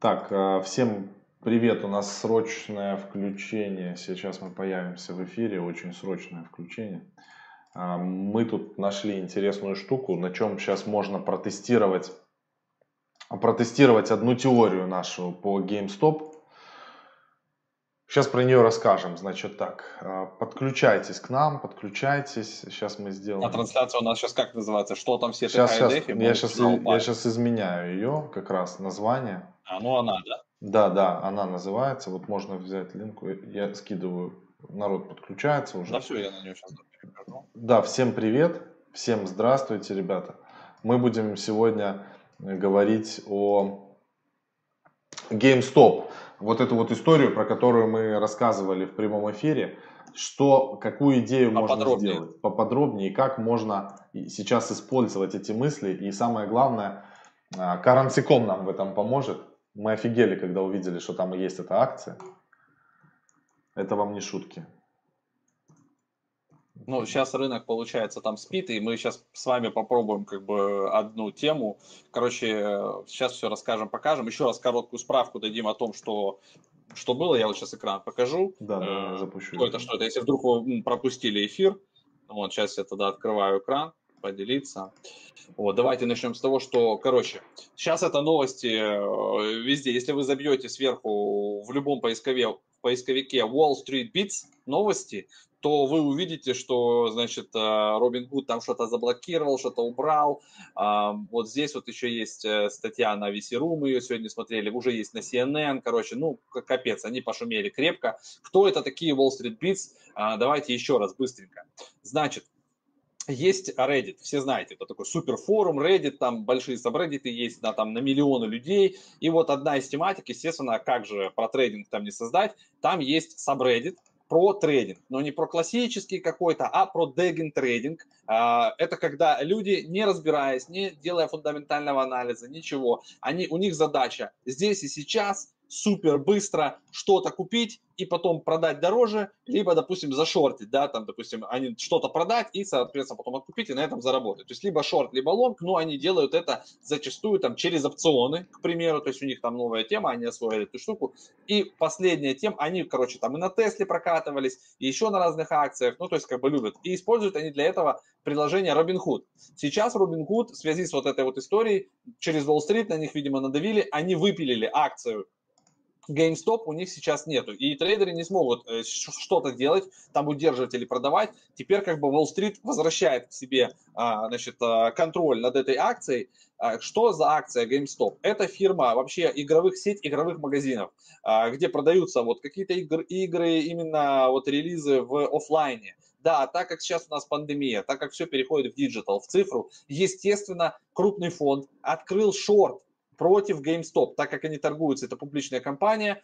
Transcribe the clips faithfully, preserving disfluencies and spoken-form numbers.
Так, э, всем привет. У нас срочное включение. Сейчас мы появимся в эфире. Очень срочное включение. А, Мы тут нашли интересную штуку, на чем сейчас можно протестировать, протестировать одну теорию нашу по GameStop. Сейчас про нее расскажем. Значит так, э, подключайтесь к нам, подключайтесь. Сейчас мы А сделаем. трансляция у нас сейчас как называется? Что там все Сейчас, сейчас, ТХ-дефи? Мы я вот сейчас, вчера я упали. сейчас изменяю ее, как раз название. А, ну она, да? Да, да, она называется. Вот можно взять линк, я скидываю, народ подключается Да уже. все, я на нее сейчас перехожу. Да, всем привет, всем здравствуйте, ребята. Мы будем сегодня э, говорить о GameStop. Вот эту вот историю, про которую мы рассказывали в прямом эфире, что, какую идею можно Поподробнее. сделать поподробнее, и как можно и сейчас использовать эти мысли. И самое главное, а, Currency.com нам в этом поможет. Мы офигели, когда увидели, что там есть эта акция. Это вам не шутки. Ну, сейчас рынок, получается, там спит, и мы сейчас с вами попробуем как бы одну тему. Короче, сейчас все расскажем, покажем. Еще раз короткую справку дадим о том, что, что было. Я вот сейчас экран покажу. Да, да, я Э, запущу Что это, экран. что это? Если вдруг вы м, пропустили эфир, вот сейчас я тогда открываю экран, поделиться. Вот, давайте начнем с того, что, короче, сейчас это новости э, везде. Если вы забьете сверху в любом поискове, в поисковике Wall Street Bets новости, то вы увидите, что, значит, Робин Гуд там что-то заблокировал, что-то убрал. А, Вот здесь вот еще есть э, статья на ви си ру, мы ее сегодня смотрели, уже есть на си эн эн, короче, ну, к- капец, они пошумели крепко. Кто это такие Wall Street Bets? А, Давайте еще раз быстренько. Значит, есть Reddit, все знаете, это такой супер форум Reddit, там большие сабреддиты есть на, там, на миллионы людей. И вот одна из тематик, естественно, как же про трейдинг там не создать, там есть сабреддит про трейдинг, но не про классический какой-то, а про дегин трейдинг. Это когда люди, не разбираясь, не делая фундаментального анализа, ничего, они, у них задача здесь и сейчас супер быстро что-то купить и потом продать дороже, либо, допустим, зашортить, да, там, допустим, они что-то продать и, соответственно, потом откупить и на этом заработать. То есть, либо шорт, либо лонг, но они делают это зачастую там через опционы, к примеру, то есть у них там новая тема, они освоили эту штуку. И последняя тема, они, короче, там и на Тесле прокатывались, и еще на разных акциях, ну, то есть, как бы любят. И используют они для этого приложение Robinhood. Сейчас Robinhood в связи с вот этой вот историей через Wall Street на них, видимо, надавили, они выпилили акцию GameStop, у них сейчас нету. И трейдеры не смогут э, что-то делать, там удерживать или продавать. Теперь как бы Wall Street возвращает к себе а, значит, а, контроль над этой акцией. А, что за акция GameStop? Это фирма вообще игровых сеть, игровых магазинов, а, где продаются вот какие-то игр, игры, именно вот релизы в офлайне. Да, так как сейчас у нас пандемия, так как все переходит в диджитал, в цифру, естественно, крупный фонд открыл шорт против GameStop, так как они торгуются, это публичная компания.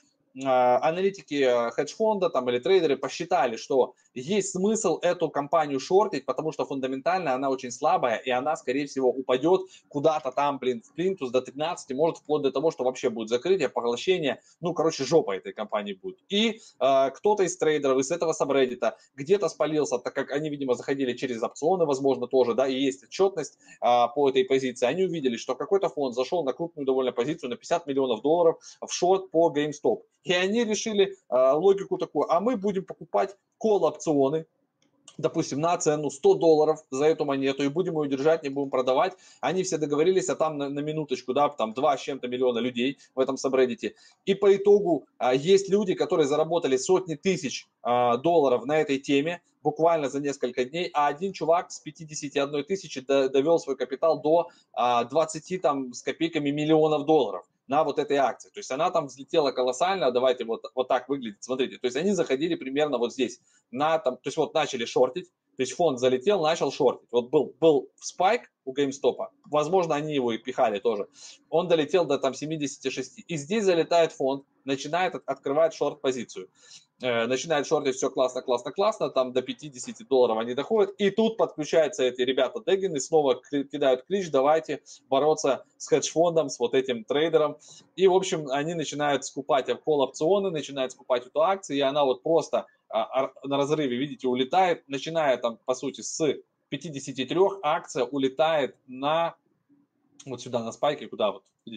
Аналитики хедж-фонда там, или трейдеры посчитали, что есть смысл эту компанию шортить, потому что фундаментально она очень слабая, и она, скорее всего, упадет куда-то там, блин, в плинтус до тринадцати, может, вплоть до того, что вообще будет закрытие, поглощение, ну, короче, жопа этой компании будет. И э, кто-то из трейдеров, из этого сабреддита где-то спалился, так как они, видимо, заходили через опционы, возможно, тоже, да, и есть отчетность э, по этой позиции, они увидели, что какой-то фонд зашел на крупную довольно позицию на пятьдесят миллионов долларов в шорт по GameStop. И они решили э, логику такую, а мы будем покупать колл-опционы, допустим, на цену сто долларов за эту монету, и будем ее держать, не будем продавать. Они все договорились, а там на, на минуточку, да, там два с чем-то миллиона людей в этом сабреддите. И по итогу а, есть люди, которые заработали сотни тысяч а, долларов на этой теме буквально за несколько дней, а один чувак с пятьдесят одной тысячи довел свой капитал до а, двадцати там с копейками миллионов долларов на вот этой акции. То есть она там взлетела колоссально, давайте вот, вот так выглядит, смотрите. То есть они заходили примерно вот здесь, на, там, то есть вот начали шортить, то есть фонд залетел, начал шортить. Вот был, был спайк у GameStop, возможно, они его и пихали тоже. Он долетел до там семидесяти шести. И здесь залетает фонд, начинает, открывает шорт-позицию. Э, начинает шортить, все классно, классно, классно, там до пятидесяти долларов они доходят. И тут подключаются эти ребята Дегины, снова кидают клич, давайте бороться с хедж-фондом, с вот этим трейдером. И, в общем, они начинают скупать колл-опционы, начинают скупать эту акцию, и она вот просто на разрыве, видите, улетает, начиная там, по сути, с пятидесяти трёх, акция улетает на вот сюда, на спайке, куда вот, видите,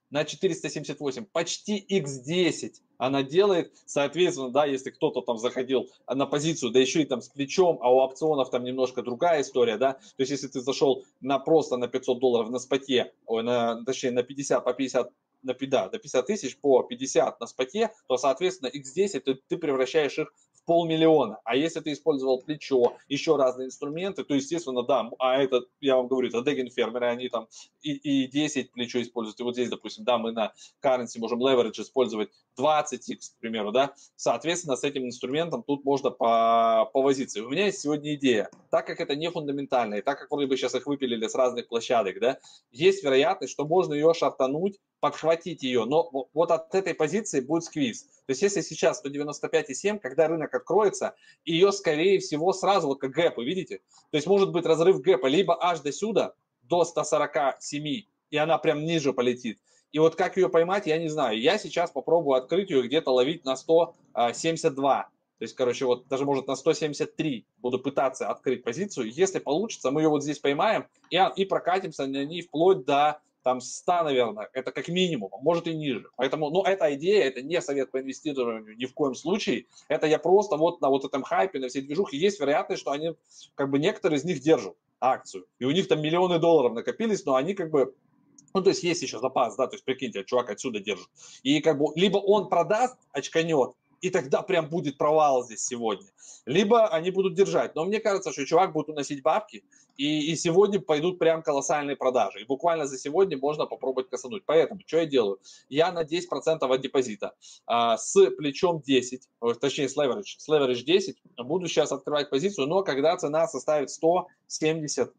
на четыреста семьдесят восемь, почти икс десять она делает, соответственно, да, если кто-то там заходил на позицию, да еще и там с плечом, а у опционов там немножко другая история, да, то есть если ты зашел на просто на пятьсот долларов на споте, ой, на, точнее на пятьдесят, по пятьдесят, на, да, до пятьдесят тысяч по пятьдесят на споте, то, соответственно, икс десять ты, ты превращаешь их в полмиллиона. А если ты использовал плечо, еще разные инструменты, то, естественно, да, а это, я вам говорю, это дегин фермеры, они там и, и десять плечо используют. И вот здесь, допустим, да, мы на currency можем leverage использовать двадцать икс, к примеру, да. Соответственно, с этим инструментом тут можно по, повозиться. И у меня есть сегодня идея. Так как это не фундаментально, и так как вроде бы сейчас их выпилили с разных площадок, да, есть вероятность, что можно ее шартануть, подхватить ее, но вот от этой позиции будет сквиз. То есть если сейчас сто девяносто пять и семь, когда рынок откроется, ее, скорее всего, сразу вот как гэпы, видите? То есть может быть разрыв гэпа либо аж до сюда, до ста сорока семи, и она прям ниже полетит. И вот как ее поймать, я не знаю. Я сейчас попробую открыть ее где-то ловить на сто семьдесят два. То есть, короче, вот даже может на сто семьдесят три буду пытаться открыть позицию. Если получится, мы ее вот здесь поймаем и, и прокатимся на ней вплоть до там ста, наверное. Это как минимум, может и ниже. Поэтому, ну, эта идея, это не совет по инвестированию ни в коем случае. Это я просто вот на вот этом хайпе, на всей движухе есть вероятность, что они, как бы некоторые из них держат акцию. И у них там миллионы долларов накопились, но они как бы, ну, то есть есть еще запас, да, то есть прикиньте, чувак отсюда держит. И как бы либо он продаст, очканет, и тогда прям будет провал здесь сегодня. Либо они будут держать. Но мне кажется, что чувак будет уносить бабки, и, и сегодня пойдут прям колоссальные продажи. И буквально за сегодня можно попробовать косануть. Поэтому, что я делаю? Я на десять процентов от депозита а, с плечом десять, точнее с leverage, с leverage десять, буду сейчас открывать позицию, но когда цена составит сто семьдесят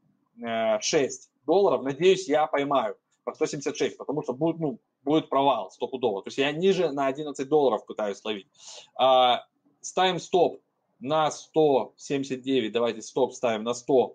шесть долларов, надеюсь, я поймаю по сто семьдесят шесть, потому что будет, ну, будет провал стопудово. То есть я ниже на одиннадцать долларов пытаюсь ловить. А, ставим стоп на сто семьдесят девять. Давайте стоп ставим на сто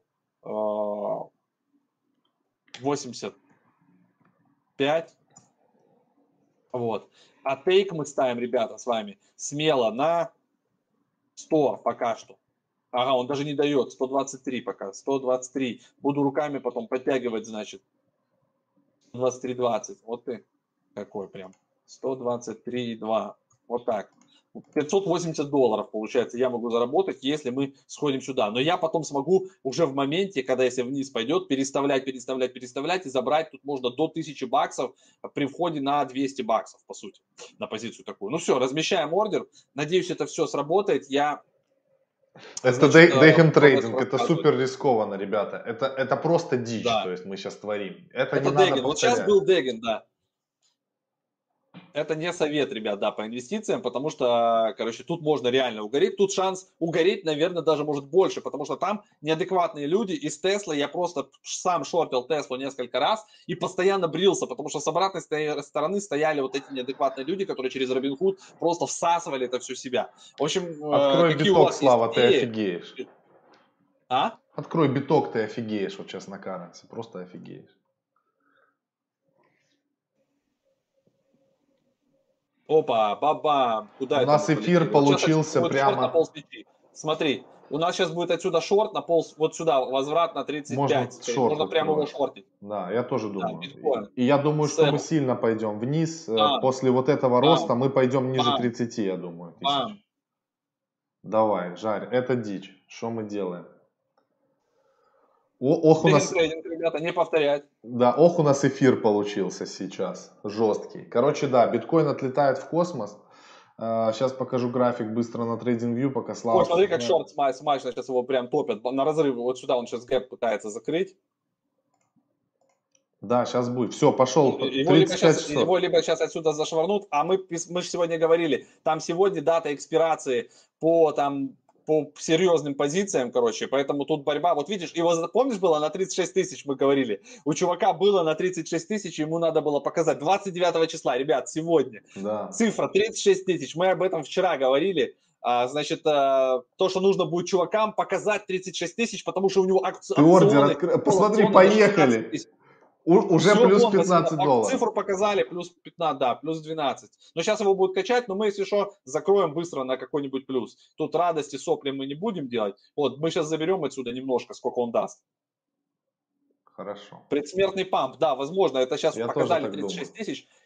восемьдесят пять. Вот. А тейк мы ставим, ребята, с вами смело на сто пока что. Ага, он даже не дает. сто двадцать три пока. сто двадцать три. Буду руками потом подтягивать, значит. двадцать три двадцать. Вот ты какой прям. сто двадцать три два. Вот так. пятьсот восемьдесят долларов, получается, я могу заработать, если мы сходим сюда. Но я потом смогу уже в моменте, когда если вниз пойдет, переставлять, переставлять, переставлять и забрать тут можно до тысячи баксов при входе на двести баксов, по сути, на позицию такую. Ну все, размещаем ордер. Надеюсь, это все сработает. Я Это дейхем трейдинг, это супер рискованно, ребята. Это, это просто дичь, да. То есть мы сейчас творим. Это, это не надо повторять. Вот сейчас был Дегин, да. Это не совет, ребят, да, по инвестициям, потому что, короче, тут можно реально угореть. Тут шанс угореть, наверное, даже может больше, потому что там неадекватные люди. Из Теслы я просто сам шортил Теслу несколько раз и постоянно брился, потому что с обратной стороны стояли вот эти неадекватные люди, которые через Robinhood просто всасывали это все в себя. В общем, Открой какие биток, у вас Слава, есть ты идеи? офигеешь. А? Открой биток, ты офигеешь вот сейчас на currency, просто офигеешь. Опа, баба, куда у это нас эфир полетели? получился вот прямо... Шорт на пол свечи. Смотри, у нас сейчас будет отсюда шорт на пол, вот сюда, возврат на тридцать пять. Можно, шорт Можно прямо его шортить. Да, я тоже думаю. Да, и я думаю, Сэм. что мы сильно пойдем вниз. Бам. После вот этого Бам. роста мы пойдем ниже Бам. тридцати, я думаю, тысяч. Бам. Давай, жарь, это дичь. Что мы делаем? О, ох, у нас... трейдинг, ребята, не повторять. Да, ох, у нас эфир получился сейчас, жесткий. Короче, да, биткоин отлетает в космос. Сейчас покажу график быстро на TradingView, пока Слава... Ой, смотри, как шорт смачно сейчас его прям топят. На разрыв, вот сюда он сейчас гэп пытается закрыть. Да, сейчас будет. Все, пошел. Его либо, сейчас, его либо сейчас отсюда зашвырнут, а мы, мы же сегодня говорили, там сегодня дата экспирации по там по серьезным позициям, короче, поэтому тут борьба. Вот видишь, его, помнишь, было на тридцать шесть тысяч, мы говорили, у чувака было на тридцать шесть тысяч, ему надо было показать двадцать девятого числа, ребят, сегодня. Да. Цифра тридцать шесть тысяч, мы об этом вчера говорили. А, значит, а, то, что нужно будет чувакам показать тридцать шесть тысяч, потому что у него акци... Ты ордер открыл. Посмотри, поехали. У, уже все плюс пятнадцать долларов. Цифру показали, плюс пятнадцать, да, плюс двенадцать. Но сейчас его будут качать, но мы, если что, закроем быстро на какой-нибудь плюс. Тут радости, сопли мы не будем делать. Вот, мы сейчас заберем отсюда немножко, сколько он даст. Хорошо. Предсмертный памп, да, возможно, это сейчас Я показали тридцать шесть тысяч.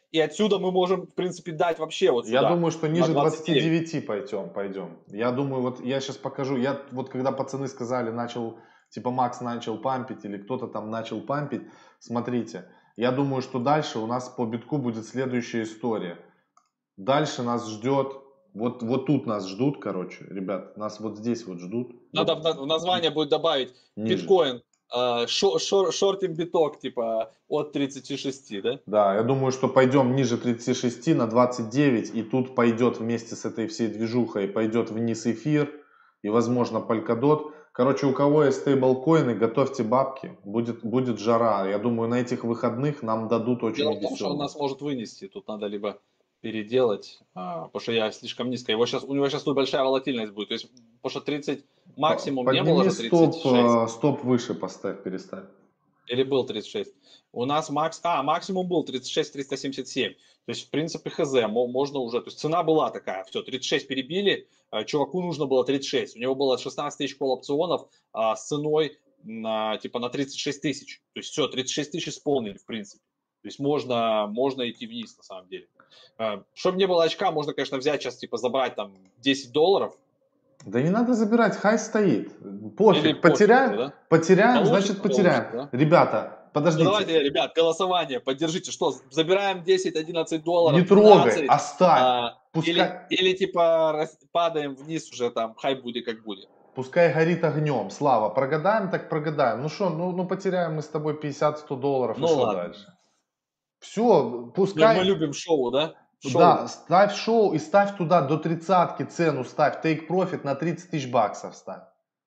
и отсюда мы можем, в принципе, дать вообще вот сюда. Я думаю, что ниже на двадцать девять. двадцати девяти пойдем, пойдем. Я думаю, вот я сейчас покажу. Я вот когда пацаны сказали, начал, типа Макс начал пампить или кто-то там начал пампить, смотрите. Я думаю, что дальше у нас по битку будет следующая история. Дальше нас ждет, вот, вот тут нас ждут, короче, ребят, нас вот здесь вот ждут. Надо вот, в название будет добавить ниже. биткоин, шор, шор, шортим биток, типа от тридцати шести, да? Да, я думаю, что пойдем ниже тридцати шести на двадцать девять, и тут пойдет вместе с этой всей движухой, пойдет вниз эфир, и, возможно, Polkadot. Короче, у кого есть стейблкоины, готовьте бабки, будет, будет жара. Я думаю, на этих выходных нам дадут очень Дело в том, весело. что он нас может вынести, тут надо либо переделать, а, потому что я слишком низко. Его сейчас, у него сейчас тут большая волатильность будет, то есть, потому что тридцать максимум Подними не было же тридцать шесть. стоп, стоп выше поставь, переставь. Или был тридцать шесть. У нас макс, а, максимум был тридцать шесть триста семьдесят семь. То есть, в принципе, хз, можно уже, то есть цена была такая, все, тридцать шесть перебили, чуваку нужно было тридцать шесть. У него было шестнадцать тысяч кол опционов а, с ценой на, типа, на тридцать шесть тысяч. То есть, все, тридцать шесть тысяч исполнили, в принципе. То есть, можно, можно идти вниз, на самом деле. Чтобы не было очка, можно, конечно, взять сейчас, типа, забрать там десять долларов. Да не надо забирать, хай стоит. Пофиг, Или потеряем, пофиг, да? потеряем, Получится, значит потеряем. получится, да? Ребята, подождите. Ну, давайте, ребят, голосование, поддержите. Что, забираем десять-одиннадцать долларов? Не трогай, двенадцать, оставь. а, Пускай... или, или типа падаем вниз уже, там, хай будет как будет. Пускай горит огнем. Слава, прогадаем, так прогадаем. Ну что, ну, ну потеряем мы с тобой пятьдесят-сто долларов, Ну и что ладно. дальше? Все, пускай... Мы, мы любим шоу, да? Шоу. Да, ставь шоу и ставь туда до тридцатки цену, ставь take profit на тридцать тысяч баксов ставь.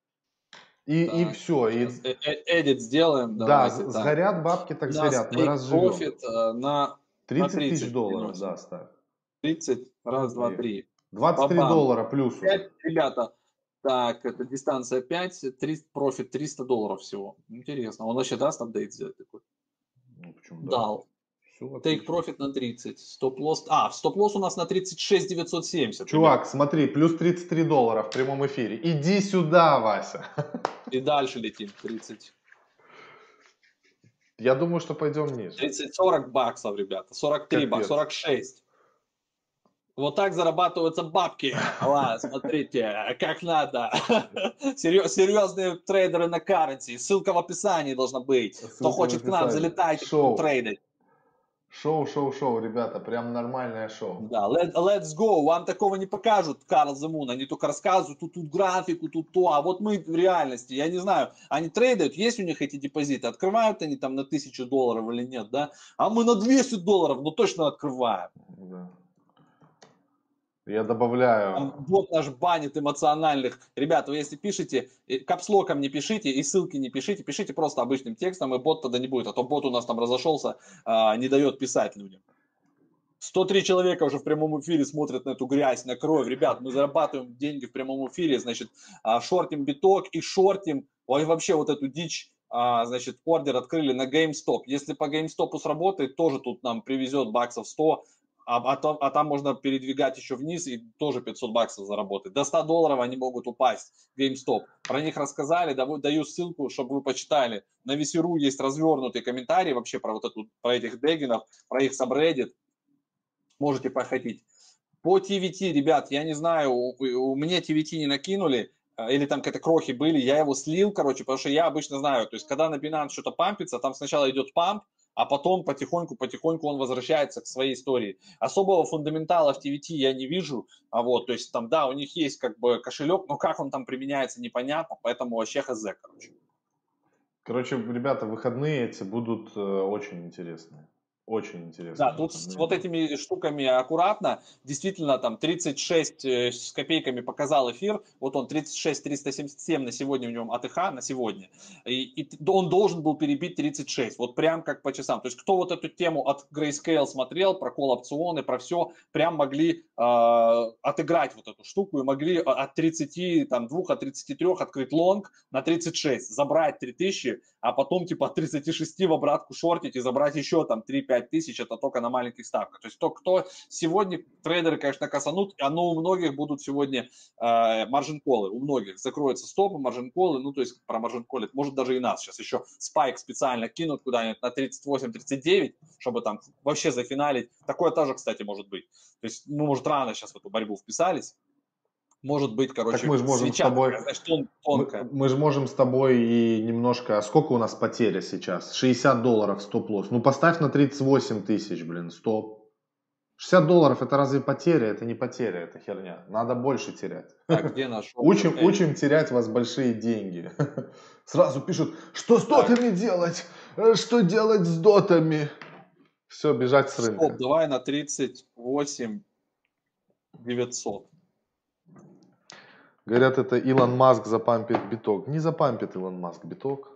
И, Так, и все. И... Эдит сделаем. Да, Давайте, сгорят так. бабки, так У сгорят. Мы take разживем. profit на тридцать тридцать тысяч долларов, переносим. да, ставь. тридцать, раз, два, три. двадцать три Бабам. доллара плюс. пять, ребята, так, это дистанция пять, профит триста долларов всего. Интересно, он вообще даст апдейт сделать такой? Ну, почему да? Дал. Take profit на тридцать, стоп-лосс, а, стоп-лосс у нас на тридцать шесть девятьсот семьдесят. Чувак, ребят. смотри, плюс тридцать три доллара в прямом эфире. Иди сюда, Вася. И дальше летим, тридцать. Я думаю, что пойдем ниже. тридцать-сорок баксов, ребята, сорок три бакса, сорок шесть. Вот так зарабатываются бабки. Ладно, смотрите, как надо. Серьезные трейдеры на currency. Ссылка в описании должна быть. Ссылка Кто хочет к нам, залетайте, шоу. трейдить. Шоу, шоу, шоу, ребята, прям нормальное шоу. Да, let, let's go. Вам такого не покажут, Карл Земун. Они только рассказывают, тут, тут графику, тут то. А вот мы в реальности, я не знаю, они трейдают, есть у них эти депозиты, открывают они там на тысячу долларов или нет, да? А мы на двести долларов, ну точно открываем. Да. Я добавляю. Там бот наш банит эмоциональных. Ребята, вы если пишете, капслоком не пишите и ссылки не пишите, пишите просто обычным текстом, и бот тогда не будет. А то бот у нас там разошелся, а, не дает писать людям. сто три человека уже в прямом эфире смотрят на эту грязь, на кровь. Ребят, мы зарабатываем деньги в прямом эфире, значит, шортим биток и шортим, ой, вообще вот эту дичь. А, значит, ордер открыли на GameStop. Если по GameStop сработает, тоже тут нам привезет баксов сто. А, а, там, а там можно передвигать еще вниз и тоже пятьсот баксов заработать. До ста долларов они могут упасть. GameStop. Про них рассказали, даю ссылку, чтобы вы почитали. На Весеру есть развернутый комментарий вообще про вот эту, про этих дегинов, про их сабреддит. Можете походить. По ти ви ти, ребят, я не знаю, у, у меня ти ви ти не накинули, или там какие-то крохи были, я его слил, короче, потому что я обычно знаю, то есть когда на Binance что-то пампится, там сначала идет памп, а потом потихоньку-потихоньку он возвращается к своей истории. Особого фундаментала в ти ви ти я не вижу, а вот, то есть там, да, у них есть как бы кошелек, но как он там применяется, непонятно, поэтому вообще хз, короче. Короче, ребята, выходные эти будут э, очень интересные. Очень интересно. Да, тут с вот этими штуками аккуратно. Действительно, там тридцать шесть с копейками показал эфир. Вот он тридцать шесть триста семьдесят семь на сегодня у него АТХ, на сегодня. И, и он должен был перебить тридцать шесть. Вот прям как по часам. То есть, кто вот эту тему от Grayscale смотрел, про колл-опционы, про все, прям могли э, отыграть вот эту штуку и могли от тридцати двух, от тридцати трёх открыть лонг на тридцать шесть, забрать три тысячи, а потом типа от тридцати шести в обратку шортить и забрать еще там три-пять пять тысяч, это только на маленьких ставках. То есть то, кто сегодня трейдеры, конечно, косанут, но у многих будут сегодня э, маржин-колы, у многих закроются стопы, маржин-колы, ну то есть про маржин-колы, может даже и нас сейчас еще спайк специально кинут куда-нибудь на тридцать восемь тридцать девять, чтобы там вообще зафиналить. Такое тоже, кстати, может быть. То есть мы, может, рано сейчас в эту борьбу вписались. Может быть, короче, Так мы же можем с свеча тобой, такая, знаешь, тон, тонкая. мы, мы же можем с тобой и немножко, а сколько у нас потеря сейчас? шестьдесят долларов стоп-лосс. Ну поставь на тридцать восемь тысяч, блин, стоп. шестьдесят долларов это разве потеря? Это не потеря, это херня. Надо больше терять. Так, где наш Учим, Эй. учим терять вас большие деньги. Сразу пишут, что с дотами делать? Э, Что делать с дотами? Все, бежать с Стоп, рынка. давай на тридцать восемь девятьсот. Говорят, это Илон Маск запампит биток. Не запампит Илон Маск биток.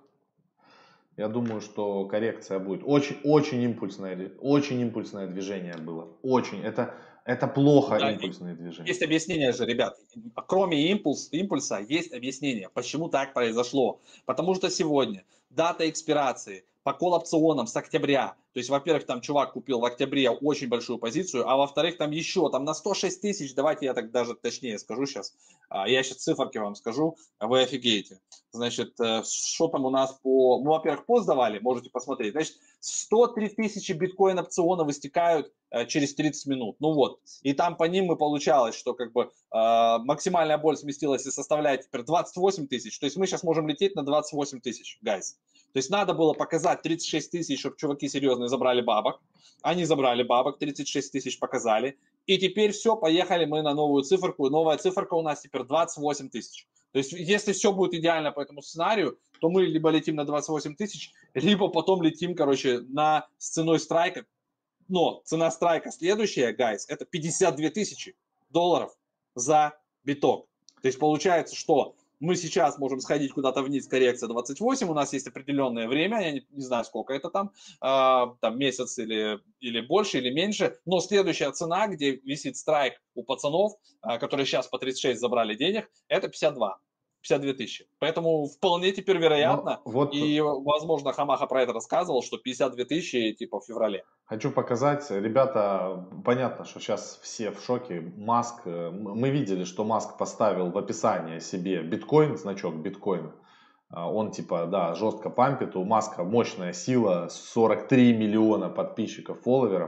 Я думаю, что коррекция будет. Очень, очень импульсное, очень импульсное движение было. Очень. Это, это плохо, Да, импульсные движения. есть объяснение же, ребят. Кроме импульс, импульса, есть объяснение, почему так произошло. Потому что сегодня дата экспирации по колл-опционам с октября. То есть, во-первых, там чувак купил в октябре очень большую позицию, а во-вторых, там еще там на сто шесть тысяч, давайте я так даже точнее скажу сейчас. Я сейчас циферки вам скажу, вы офигеете. Значит, что там у нас по... Ну, во-первых, пост давали, можете посмотреть. Значит, сто три тысячи биткоин-опционов истекают через тридцать минут. Ну вот. И там по ним и получалось, что как бы э, максимальная боль сместилась и составляет теперь двадцать восемь тысяч. То есть мы сейчас можем лететь на двадцать восемь тысяч, гайз. То есть надо было показать тридцать шесть тысяч, чтобы чуваки серьезные забрали бабок. Они забрали бабок, тридцать шесть тысяч показали. И теперь все, поехали мы на новую циферку. Новая циферка у нас теперь двадцать восемь тысяч. То есть если все будет идеально по этому сценарию, то мы либо летим на двадцать восемь тысяч, либо потом летим, короче, на, с ценой страйка. Но цена страйка следующая, гайс, это пятьдесят две тысячи долларов за биток. То есть получается, что мы сейчас можем сходить куда-то вниз, коррекция двадцать восемь, у нас есть определенное время, я не, не знаю, сколько это там, э, там месяц или, или больше, или меньше, но следующая цена, где висит страйк у пацанов, э, которые сейчас по тридцать шесть забрали денег, это пятьдесят два. пятьдесят две тысячи. Поэтому вполне теперь вероятно, вот... и, возможно, Хамаха про это рассказывал, что пятьдесят две тысячи типа в феврале. Хочу показать, ребята, понятно, что сейчас все в шоке. Маск, мы видели, что Маск поставил в описание себе биткоин, значок биткоина. Он типа, да, жестко пампит. У Маска мощная сила, сорок три миллиона подписчиков, фолловеров.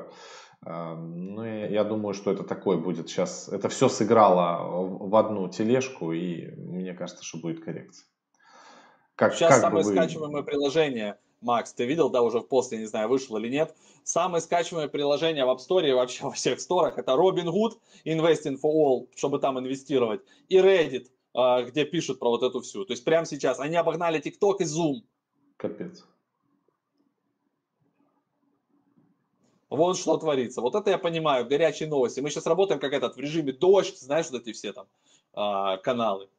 Ну, я думаю, что это такой будет сейчас. Это все сыграло в одну тележку, и мне кажется, что будет коррекция. Как, сейчас как самое вы... скачиваемое приложение, Макс, ты видел, да, уже в пост, я не знаю, вышел или нет. Самое скачиваемое приложение в App Store и вообще во всех сторах это Robinhood, Investing for All, чтобы там инвестировать, и Reddit, где пишут про вот эту всю. То есть прямо сейчас они обогнали TikTok и Zoom. Капец. Вот что творится. Вот это я понимаю, горячие новости. Мы сейчас работаем как этот, в режиме дождь, знаешь, вот эти все там э, каналы.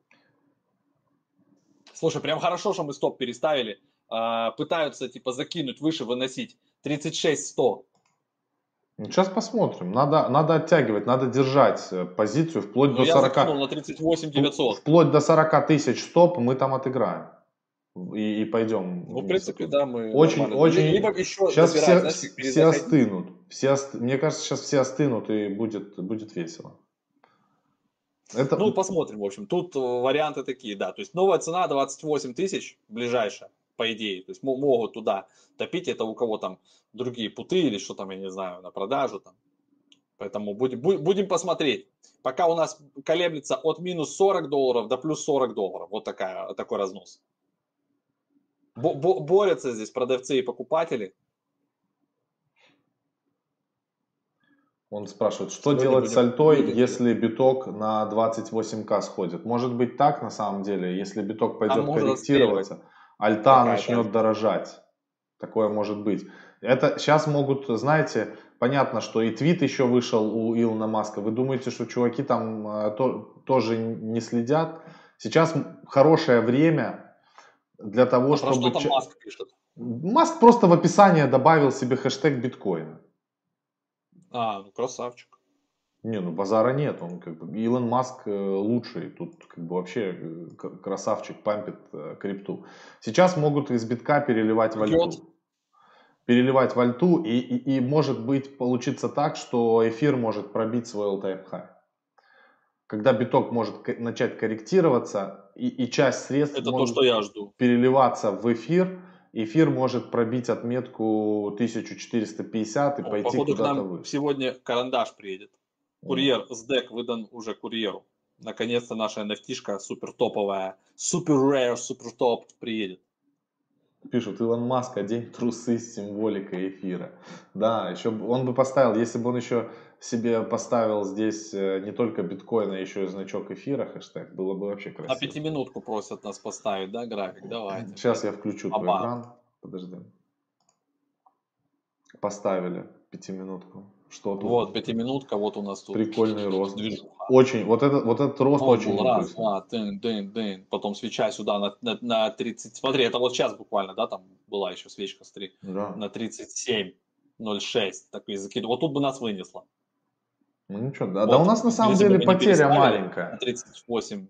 Слушай, прям хорошо, что мы стоп переставили. Э, пытаются типа закинуть выше, выносить. тридцать шесть сто. Сейчас посмотрим. Надо, надо оттягивать, надо держать позицию вплоть Но до я сорока. закинул на тридцать восемь девятьсот. Вплоть до сорока тысяч стоп мы там отыграем. И, и пойдем. Ну, в принципе, да, мы очень, очень. Либо еще сейчас добирать, все, знаешь, все остынут. Все ост... Мне кажется, сейчас все остынут и будет, будет весело. Это... Ну, посмотрим, в общем. Тут варианты такие, да. То есть новая цена двадцать восемь тысяч ближайшая, по идее. То есть могут туда топить. Это у кого там другие путы или что там, я не знаю, на продажу там. Поэтому будем, будем посмотреть. Пока у нас колеблется от минус сорок долларов до плюс сорок долларов. Вот такая, такой разнос. Борются здесь продавцы и покупатели. Он спрашивает, что Сегодня делать с альтой, будем, если биток на двадцать восемь ка сходит? Может быть так на самом деле, если биток пойдет корректироваться, альта начнет дорожать. Такое может быть. Это сейчас могут, знаете, понятно, что и твит еще вышел у Илона Маска. Вы думаете, что чуваки там то, тоже не следят? Сейчас хорошее время для того, а чтобы... Про что там Маск пишет? Маск просто в описание добавил себе хэштег биткоина. А, ну красавчик. Не, ну базара нет, он как бы, Илон Маск лучший, тут как бы вообще красавчик, пампит крипту. Сейчас могут из битка переливать в альту. переливать в альту, и, и, и может быть получиться так, что эфир может пробить свой all-time high. Когда биток может к- начать корректироваться, и, и часть средств Это то, может что я жду. переливаться в эфир, эфир может пробить отметку тысяча четыреста пятьдесят и О, пойти походу к куда-то нам выше. сегодня карандаш приедет. Курьер с дек выдан уже курьеру. Наконец-то наша эн эф ти-шка супер топовая, супер rare, супер топ приедет. Пишут, Илон Маск, одень трусы с символикой эфира. Да, еще б- он бы поставил, если бы он еще себе поставил здесь э, не только биткоин, а еще и значок эфира, хэштег, было бы вообще А красиво. пятиминутку просят нас поставить, да, график? Давайте. Сейчас я включу твой Баба. экран. Подожди. Поставили пятиминутку. Что тут? Вот, пятиминутка, вот у нас тут Прикольный рост. движуха. Очень, вот этот, вот этот рост Вот очень был раз, импульсный. два, дын, дын, дын. Потом свеча сюда на, на, на тридцать. Смотри, это вот сейчас буквально, да, там была еще свечка с три. Да. На тридцать семь ноль шесть. Так и закидывал. Вот тут бы нас вынесло. Ну ничего, да, Вот. да у нас на самом Если бы деле мы не потеря переставили маленькая. на тридцать восемь.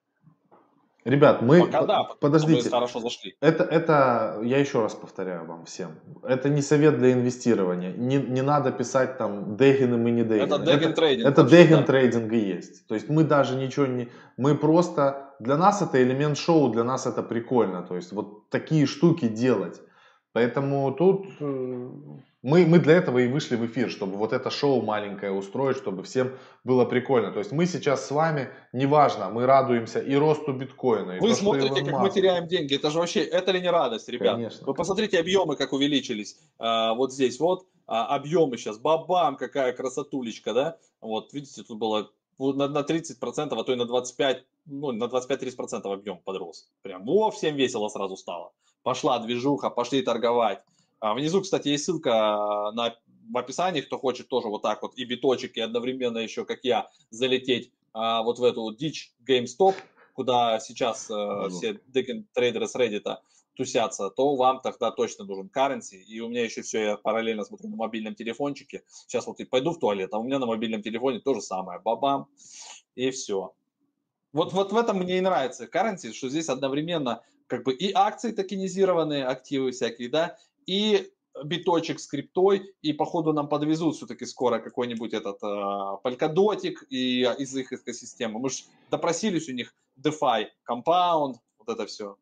Ребят, мы, Пока по- да, потому что подождите, мы хорошо зашли. это, это, я еще раз повторяю вам всем, это не совет для инвестирования, не, не надо писать там дегины мы не дегины. Это деген трейдинг Это вообще, деген да. трейдинг и есть. То есть мы даже ничего не, мы просто, для нас это элемент шоу, для нас это прикольно, то есть вот такие штуки делать. Поэтому тут э, мы, мы для этого и вышли в эфир, чтобы вот это шоу маленькое устроить, чтобы всем было прикольно. То есть мы сейчас с вами, неважно, мы радуемся и росту биткоина, и Вы то, что смотрите, Илон как мы Маск. теряем деньги. Это же вообще, это ли не радость, ребят? Конечно. Вы посмотрите объемы, как увеличились. А, вот здесь вот а, объемы сейчас. Бабам, какая красотулечка, да? Вот, видите, тут было на, на тридцать процентов, а то и на двадцать пять процентов, ну, на двадцать пять-тридцать процентов объем подрос. Прям, во, всем весело сразу стало. Пошла движуха, пошли торговать. А внизу, кстати, есть ссылка на, в описании, кто хочет тоже вот так вот и биточек, и одновременно еще, как я, залететь а, вот в эту вот дичь GameStop, куда сейчас э, все трейдеры с Reddit тусятся, то вам тогда точно нужен currency. И у меня еще все, я параллельно смотрю на мобильном телефончике. Сейчас вот и пойду в туалет, а у меня на мобильном телефоне то же самое. Бабам, и все. Вот, вот в этом мне и нравится currency, что здесь одновременно как бы и акции токенизированные, активы всякие, да, и биточек с криптой, и походу нам подвезут все-таки скоро какой-нибудь этот э, Polkadotик и, из их экосистемы. Мы же допросились у них DeFi, Compound, вот это все.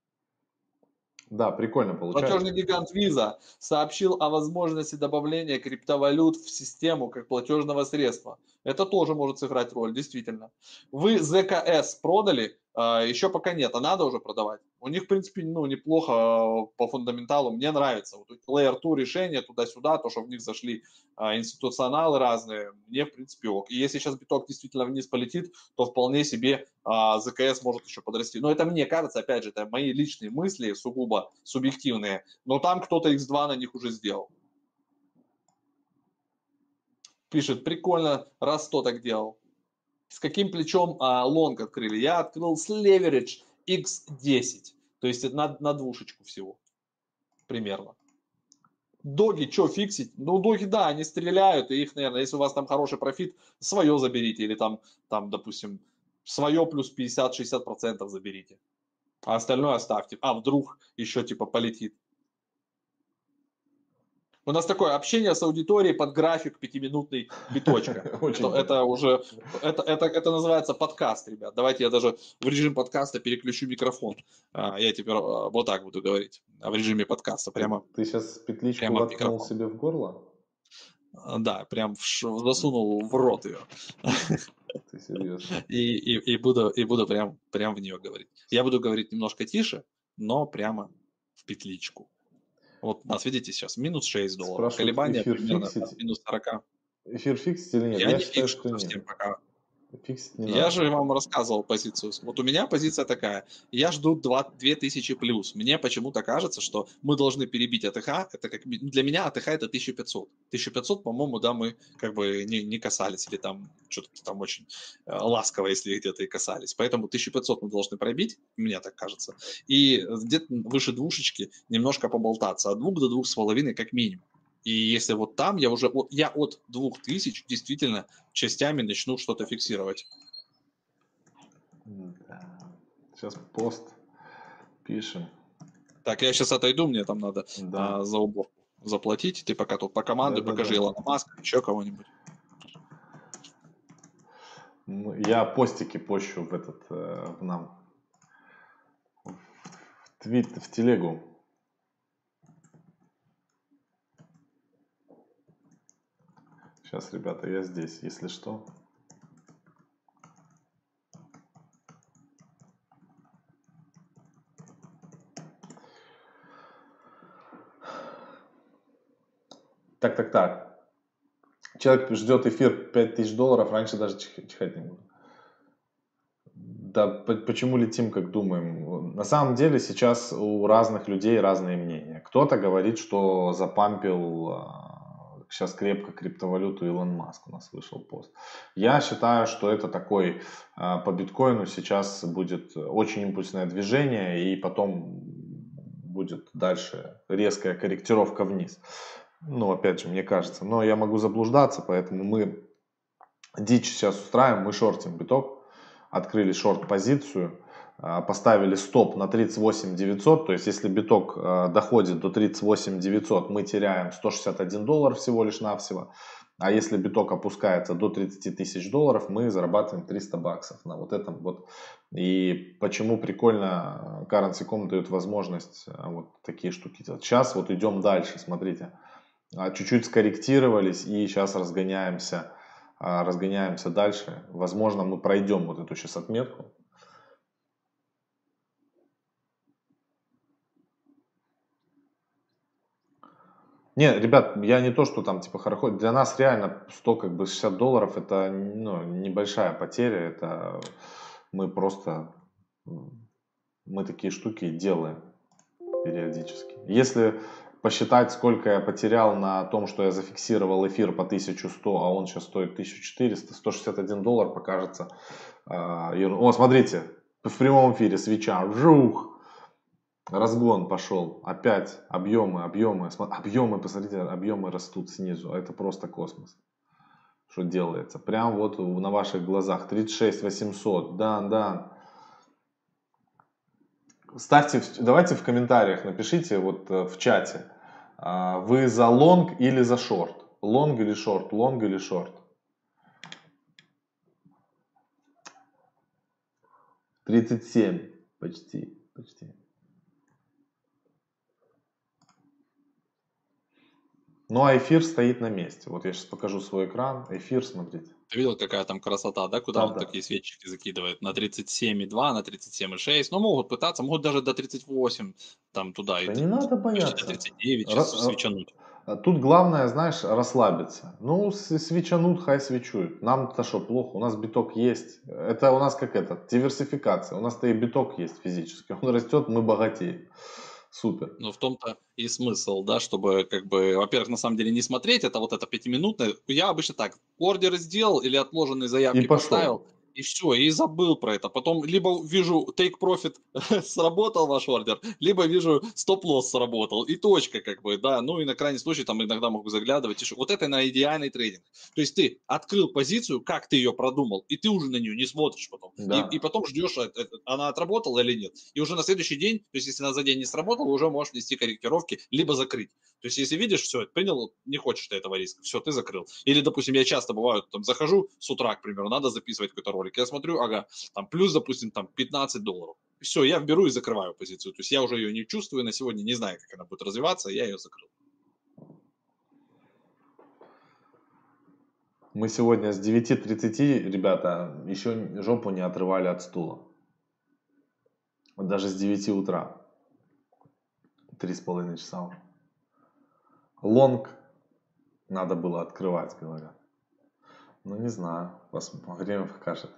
Да, прикольно получается. Платежный гигант Visa сообщил о возможности добавления криптовалют в систему как платежного средства. Это тоже может сыграть роль, действительно. Вы зэ ка эс продали? А, еще пока нет, а надо уже продавать. У них, в принципе, ну, неплохо а, по фундаменталу. Мне нравится. Вот Layer два решения туда-сюда, то, что в них зашли а, институционалы разные, мне, в принципе, ок. И если сейчас биток действительно вниз полетит, то вполне себе а, зэ ка эс может еще подрасти. Но это мне кажется, опять же, это мои личные мысли, сугубо субъективные. Но там кто-то икс два на них уже сделал. Пишет, прикольно, раз кто так делал. С каким плечом а, лонг открыли? Я открыл с leverage икс десять. То есть на, на двушечку всего. Примерно. Доги, что фиксить? Ну, доги, да, они стреляют, и их, наверное, если у вас там хороший профит, свое заберите. Или там, там допустим, свое плюс пятьдесят-шестьдесят процентов заберите. А остальное оставьте. А вдруг еще типа полетит. У нас такое общение с аудиторией под график пятиминутный биточка. Это, это уже, это, это, это называется подкаст, ребят. Давайте я даже в режим подкаста переключу микрофон. Я теперь вот так буду говорить. В режиме подкаста. Прямо, Ты сейчас петличку прямо воткнул себе в горло? Да, прям в, засунул в рот ее. Ты серьезно? И, и, и, буду, и буду прям, прям в нее говорить. Я буду говорить немножко тише, но прямо в петличку. Вот нас, видите, сейчас минус шесть долларов. Спрашивают, Колебания эфир примерно фиксить? от минус сорок. Эфир фиксить или нет? Я, Я не считаю, фикшу что совсем нет. пока. Фиксить не Я надо. же вам рассказывал позицию. Вот у меня позиция такая. Я жду две тысячи плюс. Мне почему-то кажется, что мы должны перебить АТХ. Это как, для меня АТХ это тысяча пятьсот. тысяча пятьсот, по-моему, да, мы как бы не, не касались. Или там что-то там очень э, ласково, если где-то и касались. Поэтому тысяча пятьсот мы должны пробить, мне так кажется. И где-то выше двушечки немножко поболтаться. От двух до двух с половиной как минимум. И если вот там я уже, я от двух тысяч действительно частями начну что-то фиксировать. Да. Сейчас пост пишем. Так, я сейчас отойду, мне там надо Да. а, за уборку. заплатить. Ты пока тут по команде покажи Да-да-да. Илона Маска, еще кого-нибудь. Ну, Я постики пощу в этот, э, в нам, в твит, в телегу. Сейчас, ребята, я здесь, если что. Так, так, так. Человек ждет эфир пять тысяч долларов, раньше даже чих- чихать не буду. Да, по- почему летим, как думаем? На самом деле сейчас у разных людей разные мнения. Кто-то говорит, что запампил а, сейчас крепко криптовалюту Илон Маск, у нас вышел пост. Я считаю, что это такой а, по биткоину сейчас будет очень импульсное движение, и потом будет дальше резкая корректировка вниз. Ну, опять же, мне кажется. Но я могу заблуждаться, поэтому мы дичь сейчас устраиваем, мы шортим биток. Открыли шорт-позицию, поставили стоп на тридцать восемь девятьсот, то есть если биток доходит до тридцать восемь девятьсот, мы теряем сто шестьдесят один доллар всего лишь навсего, а если биток опускается до тридцать тысяч долларов, мы зарабатываем триста баксов на вот этом вот. И почему прикольно Currency точка ком дает возможность вот такие штуки делать. Сейчас вот идем дальше, смотрите, чуть-чуть скорректировались и сейчас разгоняемся разгоняемся дальше. Возможно, мы пройдем вот эту сейчас отметку. Не, ребят, я не то, что там типа хорошо. Для нас реально сто как бы шестьдесят долларов это ну, небольшая потеря. Это мы просто мы такие штуки делаем периодически. Если посчитать, сколько я потерял на том, что я зафиксировал эфир по тысяча сто, а он сейчас стоит тысяча четыреста, сто шестьдесят один доллар покажется. Э, О, смотрите, в прямом эфире свеча, жух, разгон пошел, опять объемы, объемы, объемы, посмотрите, объемы растут снизу, это просто космос. Что делается? Прям вот на ваших глазах, тридцать шесть восемьсот, да, да. Ставьте, давайте в комментариях напишите вот в чате, вы за лонг или за шорт? Лонг или шорт? Лонг или шорт? тридцать семь. Почти, почти. Ну а эфир стоит на месте. Вот я сейчас покажу свой экран. Эфир, смотрите. Ты видел, какая там красота, да, куда Да, он да. такие свечки закидывает? На тридцать семь и два, на тридцать семь и шесть. Ну, могут пытаться, могут даже до тридцать восемь, там туда, Да и не д- надо почти до бояться. тридцать девять Ра- сейчас ра- свечануть. Тут главное, знаешь, расслабиться. Ну, с- свечанут, хай свечуют. Нам-то что, плохо? У нас биток есть. Это у нас как это, диверсификация. У нас-то и биток есть физически. Он растет, мы богатеем. Супер. Но в том-то и смысл, да, чтобы, как бы, во-первых, на самом деле не смотреть, это вот это пятиминутное. Я обычно так, ордеры сделал или отложенные И заявки пошел. поставил, и все, и забыл про это. Потом либо вижу take profit сработал ваш ордер, либо вижу стоп-лосс сработал, и точка, как бы, да. Ну и на крайний случай там иногда могу заглядывать. И что. Вот это на идеальный трейдинг. То есть ты открыл позицию, как ты ее продумал, и ты уже на нее не смотришь потом. И, и Да. потом ждешь, э, э, она отработала или нет. И уже на следующий день, то есть если она за день не сработала, уже можешь внести корректировки, либо закрыть. То есть если видишь, все, принял, не хочешь ты этого риска, все, ты закрыл. Или, допустим, я часто бываю, там, захожу с утра, к примеру, надо записывать какой-то ролик, я смотрю, ага, там, плюс, допустим, там, пятнадцать долларов. Все, я беру и закрываю позицию. То есть я уже ее не чувствую на сегодня, не знаю, как она будет развиваться, я ее закрыл. Мы сегодня с девяти тридцати, ребята, еще жопу не отрывали от стула. Вот даже с девяти утра. Три с половиной часа. Лонг надо было открывать, говорят. Ну, не знаю. Время покажет.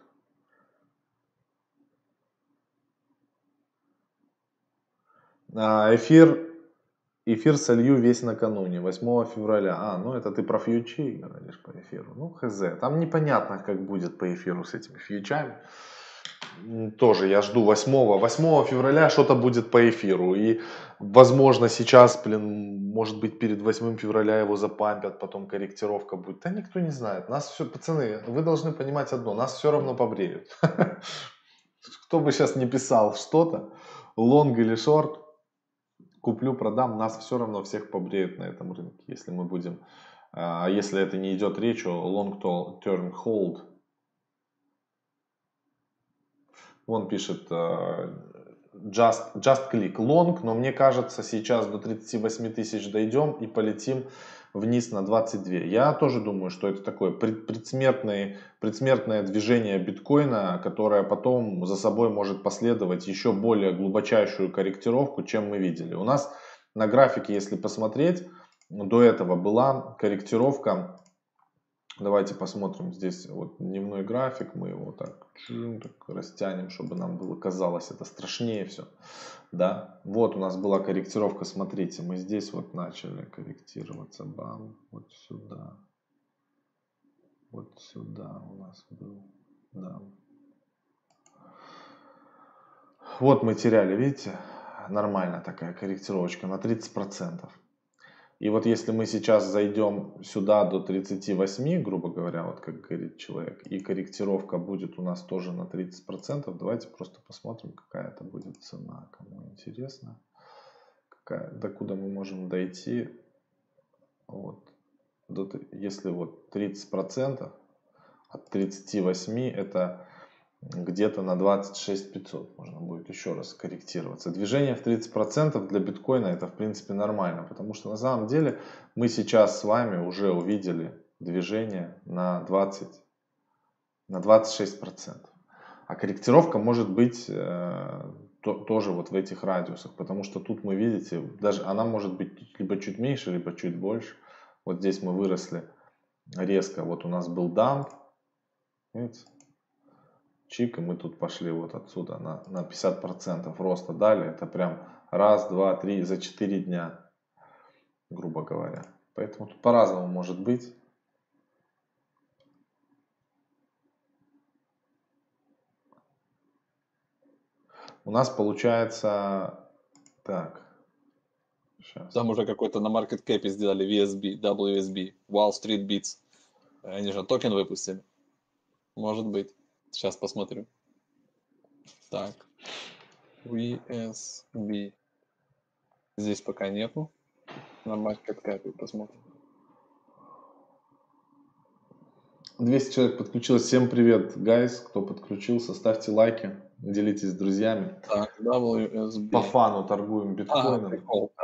А, эфир, эфир солью весь накануне, восьмого февраля. А, ну это ты про фьючи говоришь по эфиру. Ну, хз. Там непонятно, как будет по эфиру с этими фьючами. Тоже я жду восьмого. восьмого февраля что-то будет по эфиру. И, возможно, сейчас, блин, может быть, перед восьмым февраля его запампят, потом корректировка будет. Да никто не знает. Нас все, пацаны, вы должны понимать одно. Нас все равно побреют. Кто бы сейчас не писал что-то, лонг или шорт, куплю, продам, нас все равно всех побреют на этом рынке, если мы будем, а если это не идет речь о long-term hold. Он пишет just, just click long, но мне кажется, сейчас до тридцати восьми тысяч дойдем и полетим вниз на двадцать два. Я тоже думаю, что это такое предсмертное, предсмертное движение биткоина, которое потом за собой может последовать еще более глубочайшую корректировку, чем мы видели. У нас на графике, если посмотреть, до этого была корректировка. Давайте посмотрим здесь вот дневной график, мы его так, так растянем, чтобы нам было казалось это страшнее все. Да, вот у нас была корректировка, смотрите, мы здесь вот начали корректироваться, бам, вот сюда, вот сюда у нас был, да. Вот мы теряли, видите, нормальная такая корректировочка на тридцать процентов. И вот если мы сейчас зайдем сюда до тридцати восьми, грубо говоря, вот как говорит человек, и корректировка будет у нас тоже на тридцать процентов, давайте просто посмотрим, какая это будет цена, кому интересно, какая, до куда мы можем дойти. Вот, до, если вот тридцать процентов от тридцати восьми, это где-то на двадцать шесть тысяч пятьсот можно будет еще раз корректироваться. Движение в тридцать процентов для биткоина это в принципе нормально, потому что на самом деле мы сейчас с вами уже увидели движение на двадцать, на двадцать шесть процентов. А корректировка может быть э, то, тоже вот в этих радиусах, потому что тут мы видите, даже она может быть либо чуть меньше, либо чуть больше. Вот здесь мы выросли резко, вот у нас был дамп, видите? Чик, и мы тут пошли вот отсюда на, на пятьдесят процентов роста дали. Это прям раз, два, три, за четыре дня, грубо говоря. Поэтому тут по-разному может быть. У нас получается так. Сейчас. Там уже какой-то на маркеткэпе сделали ви эс би, дабл ю эс би, Wall Street Bits. Они же токен выпустили. Может быть. Сейчас посмотрю. Так. ви эс би. Здесь пока нету. На маркеткапе посмотрим. двести человек подключилось. Всем привет, гайс, кто подключился. Ставьте лайки, делитесь с друзьями. Так, дабл ю эс би. По фану торгуем биткоином. А, прикол.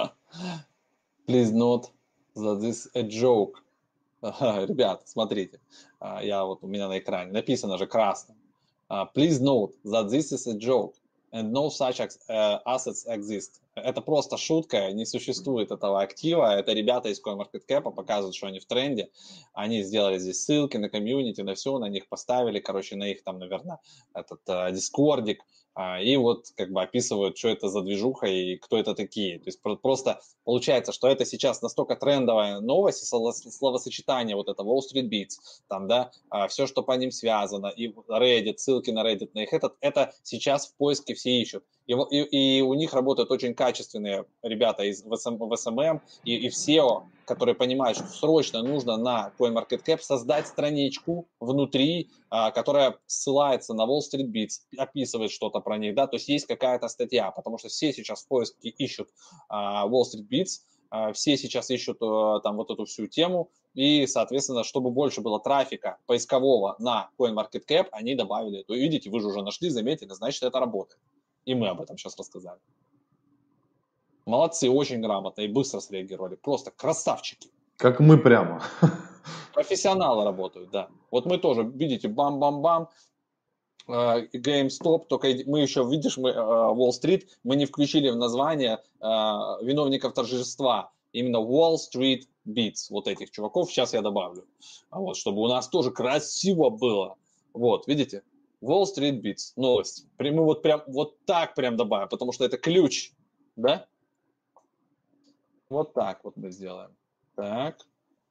Please note that this a joke. Ребят, смотрите. Я вот у меня на экране написано же красным. Please note that this is a joke and no such assets exist. Это просто шутка, не существует этого актива. Это ребята из CoinMarketCap показывают, что они в тренде. Они сделали здесь ссылки на комьюнити, на все, на них поставили, короче, на их там, наверное, этот дискордик. И вот как бы описывают, что это за движуха и кто это такие. То есть просто получается, что это сейчас настолько трендовая новость, словосочетание вот это Wall Street Bits, там, да, все, что по ним связано, и Reddit, ссылки на Reddit, на их этот, это сейчас в поиске все ищут. И, и, и у них работают очень качественные ребята из в эс эм эм и, и в сео, которые понимают, что срочно нужно на CoinMarketCap создать страничку внутри, а, которая ссылается на Wall Street Bits, описывает что-то про них, да, то есть есть какая-то статья, потому что все сейчас в поиске ищут а, Wall Street Bits, а, все сейчас ищут а, там вот эту всю тему, и, соответственно, чтобы больше было трафика поискового на CoinMarketCap, они добавили это. Видите, вы же уже нашли, заметили, значит, это работает. И мы об этом сейчас рассказали. Молодцы, очень грамотно и быстро среагировали. Просто красавчики. Как мы прямо. Профессионалы работают, да. Вот мы тоже, видите, бам-бам-бам, GameStop, только мы еще, видишь, мы Wall Street, мы не включили в название виновников торжества. Именно Wall Street Bits, вот этих чуваков, сейчас я добавлю. Вот, чтобы у нас тоже красиво было. Вот, видите? Wall Street Bits, новость. Мы вот прям вот так прям добавим, потому что это ключ, да? Вот так вот мы сделаем. Так.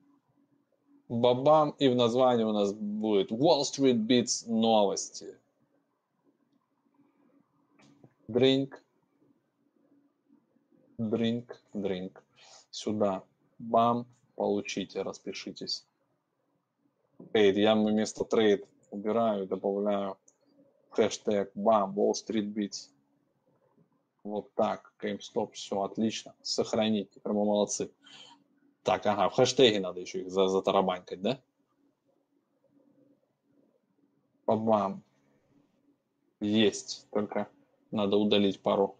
Бабам, и в названии у нас будет Wall Street Bits новости. Drink. Drink, drink. Сюда. Бам, получите, распишитесь. Трейд. Я вместо трейд убираю, добавляю хэштег бам, Wall Street Bits. Вот так, GameStop, все отлично. Сохранить, прямо молодцы. Так, ага, в хэштеге надо еще их за- затарабанькать, да? Бам. Есть, только надо удалить пару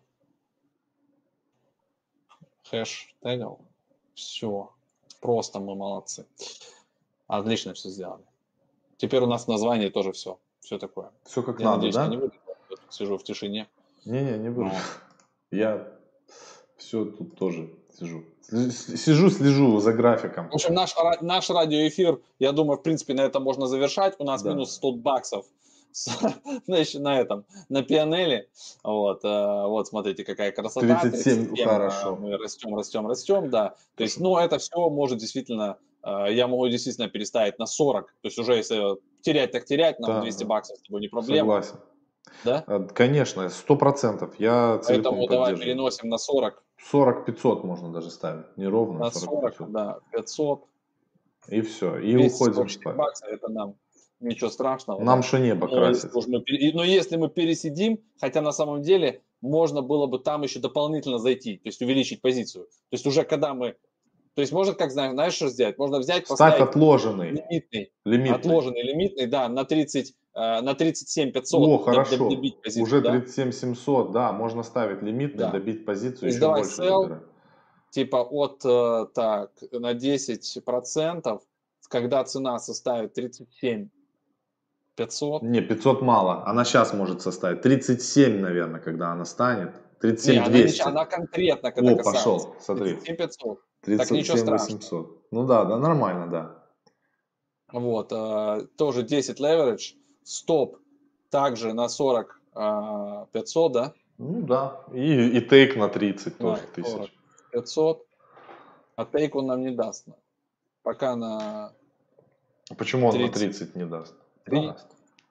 хэштегов. Все, просто мы молодцы. Отлично все сделали. Теперь у нас в названии тоже все, все такое. Все как Я надо, надеюсь, я не да? буду, я тут сижу в тишине. Не-не, не буду. Но Я все тут тоже сижу. С- Сижу, слежу за графиком. В общем, наш, ра- наш радиоэфир, я думаю, в принципе, на этом можно завершать. У нас Да. минус сто баксов с- значит, на этом, на пианели. Вот, э, вот, смотрите, какая красота. тридцать семь, тридцать семь, хорошо. э, мы растем, растем, растем, да. То есть, ну, это все может действительно, э, я могу действительно переставить на сорок. То есть уже если терять, так терять, нам Да, двести да. баксов с тобой не проблема. Согласен. Да? А, Конечно, сто процентов. Я целиком Поэтому давай поддерживаю. переносим на сорок. сорок пятьсот можно даже ставить. Не ровно, На сорок сорок, пятьсот. да, пятьсот. И все. И двести уходим сорок четыре спать. бакса, это нам ничего страшного. Нам Да? что небо Но если, красит. уж мы, пере- и- но если мы пересидим, хотя на самом деле можно было бы там еще дополнительно зайти, то есть увеличить позицию. То есть уже когда мы... То есть можно, как знаешь, знаешь, что сделать? Можно взять, Ставь поставить отложенный. лимитный, Лимитный. отложенный лимитный, да, на тридцать, э, на тридцать семь пятьсот. О, доб- хорошо. доб- добить позицию, Уже да? тридцать семь семьсот, да, можно ставить лимитный, Да. добить То позицию, есть еще давай больше sell, забирать. типа от, э, так, на десять процентов, когда цена составит тридцать семь пятьсот. Не, пятьсот мало. Она сейчас может составить. тридцать семь, наверное, когда она станет. тридцать Не, семь она, не, двести. она конкретно когда О, касается. пошел, смотри. тридцать семь пятьсот. Так тридцать ничего семь страшного. восемьсот. Ну да, да, нормально, да. Вот, э, тоже десять leverage, стоп также на сорок э, пятьсот, да? Ну да. И, и тейк на тридцать Да, тоже сорок тысяч. пятьсот. А тейк он нам не даст. Пока на Почему он на тридцать тридцать не даст? три. Даст.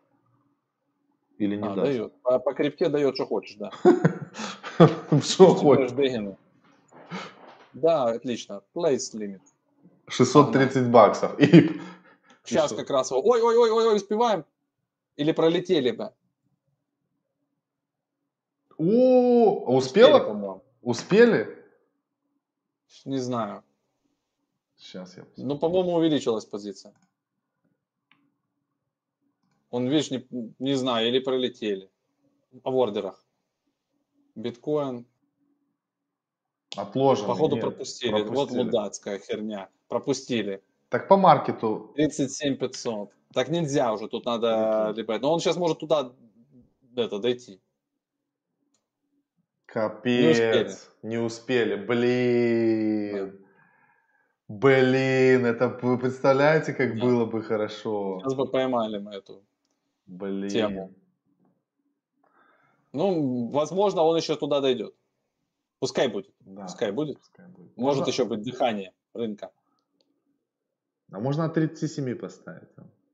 Или не А, даст? дает. По, по крипте дает, что хочешь, да. Что хочешь? Дегины. Да, отлично. Place limit. шестьсот тридцать баксов. И... Сейчас что? как раз. Ой-ой-ой-ой, успеваем? Или пролетели бы? О, Успели, успела? по-моему. Успели? Не знаю. Сейчас я Ну, по-моему, увеличилась позиция. Он, видишь, не, не знаю, или пролетели. А в ордерах. Биткоин. Отложенный. Походу нет, пропустили. Вот мудацкая херня. Пропустили. Так по маркету. тридцать семь пятьсот. Так нельзя уже, тут надо либо. Но он сейчас может туда это, дойти. Капец. Не успели. Не успели. Блин. Да. Блин, это вы представляете, как да. было бы хорошо. Сейчас бы поймали мы эту Блин. тему. Ну, возможно, он еще туда дойдет. Пускай будет. Да, пускай будет. Пускай будет. Может можно... еще быть дыхание рынка. А можно от тридцати семи поставить?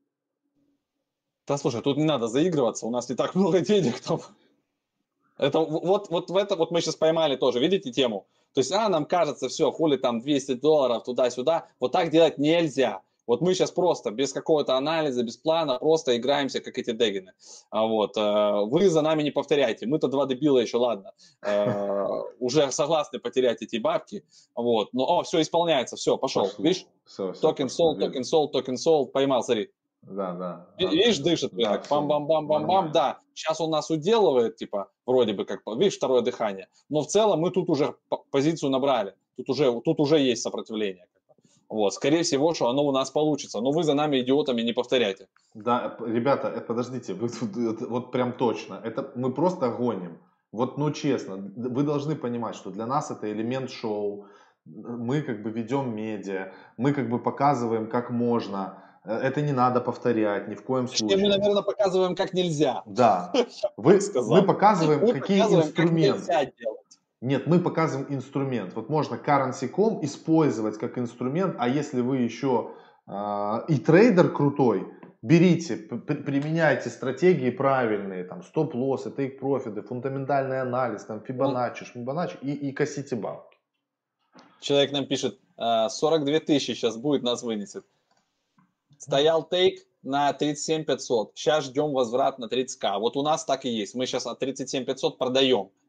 Да слушай, тут не надо заигрываться, у нас не так много денег там. Это вот, вот в это вот мы сейчас поймали тоже, видите тему? То есть, а, нам кажется, все, хули там двести долларов туда-сюда. Вот так делать нельзя. Вот мы сейчас просто без какого-то анализа, без плана, просто играемся, как эти дегины. Вот. Вы за нами не повторяйте. Мы-то два дебила еще, ладно. Уже согласны потерять эти бабки. Вот. Но, о, все исполняется, все, пошел. Пошло. Видишь? Токен sold, токен sold, токен sold. Поймал, смотри. Да, да. Видишь, дышит рынок. Да, Бам-бам-бам-бам-бам. Да, сейчас он нас уделывает, типа, вроде бы как, видишь, второе дыхание. Но в целом мы тут уже позицию набрали. Тут уже, тут уже есть сопротивление. Вот, скорее всего, что оно у нас получится. Но вы за нами, идиотами, не повторяйте. Да, ребята, подождите, вы, вот прям точно. Это мы просто гоним. Вот, ну честно, вы должны понимать, что для нас это элемент шоу. Мы как бы ведем медиа, мы как бы показываем, как можно. Это не надо повторять ни в коем случае. Мы, наверное, показываем, как нельзя. Да. Вы, мы показываем, мы какие показываем, инструменты. Как нельзя делать. Нет, мы показываем инструмент. Вот можно currency точка ком использовать как инструмент, а если вы еще э, и трейдер крутой, берите, применяйте стратегии правильные, там стоп-лоссы, тейк-профиты, фундаментальный анализ, там Фибоначчи, Шмибоначчи и, и косите бабки. Человек нам пишет, сорок две тысячи сейчас будет, нас вынесет. Стоял тейк на тридцать семь пятьсот, сейчас ждем возврат на тридцать тысяч. Вот у нас так и есть, мы сейчас от тридцать семь пятьсот продаем.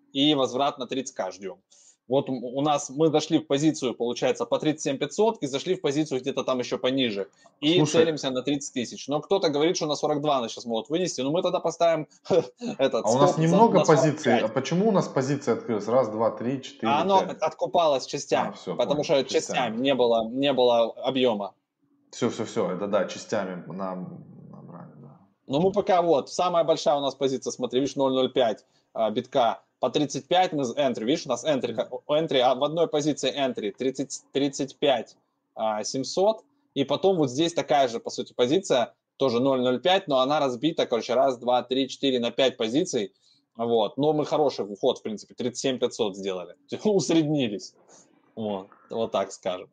и возврат на тридцать ка ждем. Вот у нас мы зашли в позицию, получается, по тридцать семь пятьсот и зашли в позицию где-то там еще пониже. И Слушай, целимся на тридцать тысяч. Но кто-то говорит, что на сорок два она сейчас могут вынести. Но мы тогда поставим этот а у нас стоп за- немного на сорок позиций. А пять. почему у нас позиция открылась? Раз, два, три, А четыре, оно пять. откупалось А, частями, все, потому понял, что частями. частями не было, не было объема. Все, все, все, это да, частями нам набрали, да. Но мы пока вот, самая большая у нас позиция, смотри, видишь, ноль ноль пять а, битка по тридцать пять, мы entry, видишь, у нас entry, entry а в одной позиции entry тридцать, тридцать пять а, семьсот, и потом вот здесь такая же, по сути, позиция, тоже ноль ноль пять, но она разбита, короче, раз, два, три, четыре на пять позиций, вот, но мы хороший вход, в принципе, тридцать семь пятьсот сделали, усреднились, вот, вот так скажем.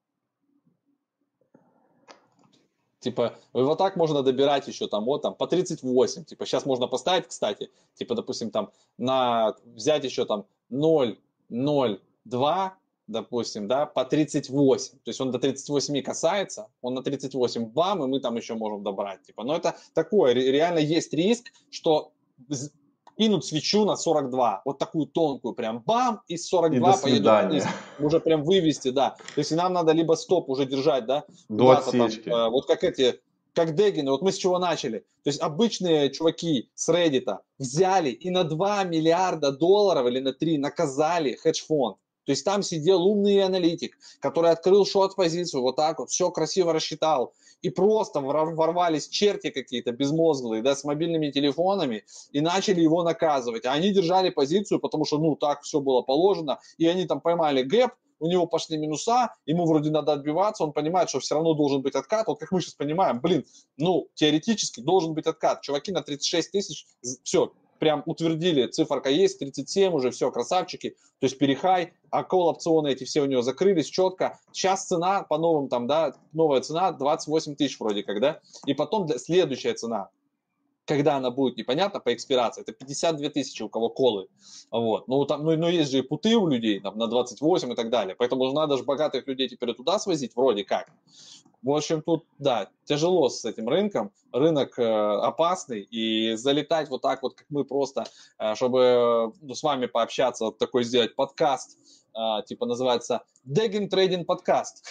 Типа, вот так можно добирать еще там, вот там, по тридцать восемь. Типа, сейчас можно поставить, кстати, типа, допустим, там, на, взять еще там ноль ноль два, допустим, да, по тридцать восемь. То есть он до тридцать восемь касается, он на тридцать восемь бам, и мы там еще можем добрать. Типа, но это такое, реально есть риск, что кинут свечу на сорок два, вот такую тонкую прям, бам, и с сорок два и поедут вниз, уже прям вывести, да. То есть нам надо либо стоп уже держать, да, до отсечки. Там, э, вот как эти, как Дегины, вот мы с чего начали. То есть обычные чуваки с Reddit взяли и на два миллиарда долларов или на три наказали хедж-фонд. То есть там сидел умный аналитик, который открыл шорт-позицию, вот так вот, все красиво рассчитал. И просто ворвались черти какие-то безмозглые, да, с мобильными телефонами и начали его наказывать. А они держали позицию, потому что, ну, так все было положено. И они там поймали гэп, у него пошли минуса, ему вроде надо отбиваться, он понимает, что все равно должен быть откат. Вот как мы сейчас понимаем, блин, ну, теоретически должен быть откат. Чуваки на тридцать шесть тысяч, все, прям утвердили, циферка есть, тридцать семь уже, все, красавчики, то есть перехай, а колл-опционы эти все у него закрылись четко. Сейчас цена по новым там, да, новая цена двадцать восемь тысяч вроде как, да, и потом для, следующая цена, когда она будет непонятно по экспирации, это пятьдесят две тысячи у кого колы, вот, ну, там, ну, ну есть же и путы у людей, там, на двадцать восемь и так далее, поэтому надо же богатых людей теперь туда свозить, вроде как. В общем, тут, да, тяжело с этим рынком, рынок э, опасный, и залетать вот так вот, как мы просто, э, чтобы ну, с вами пообщаться, вот такой сделать подкаст, э, типа называется Degin Trading подкаст.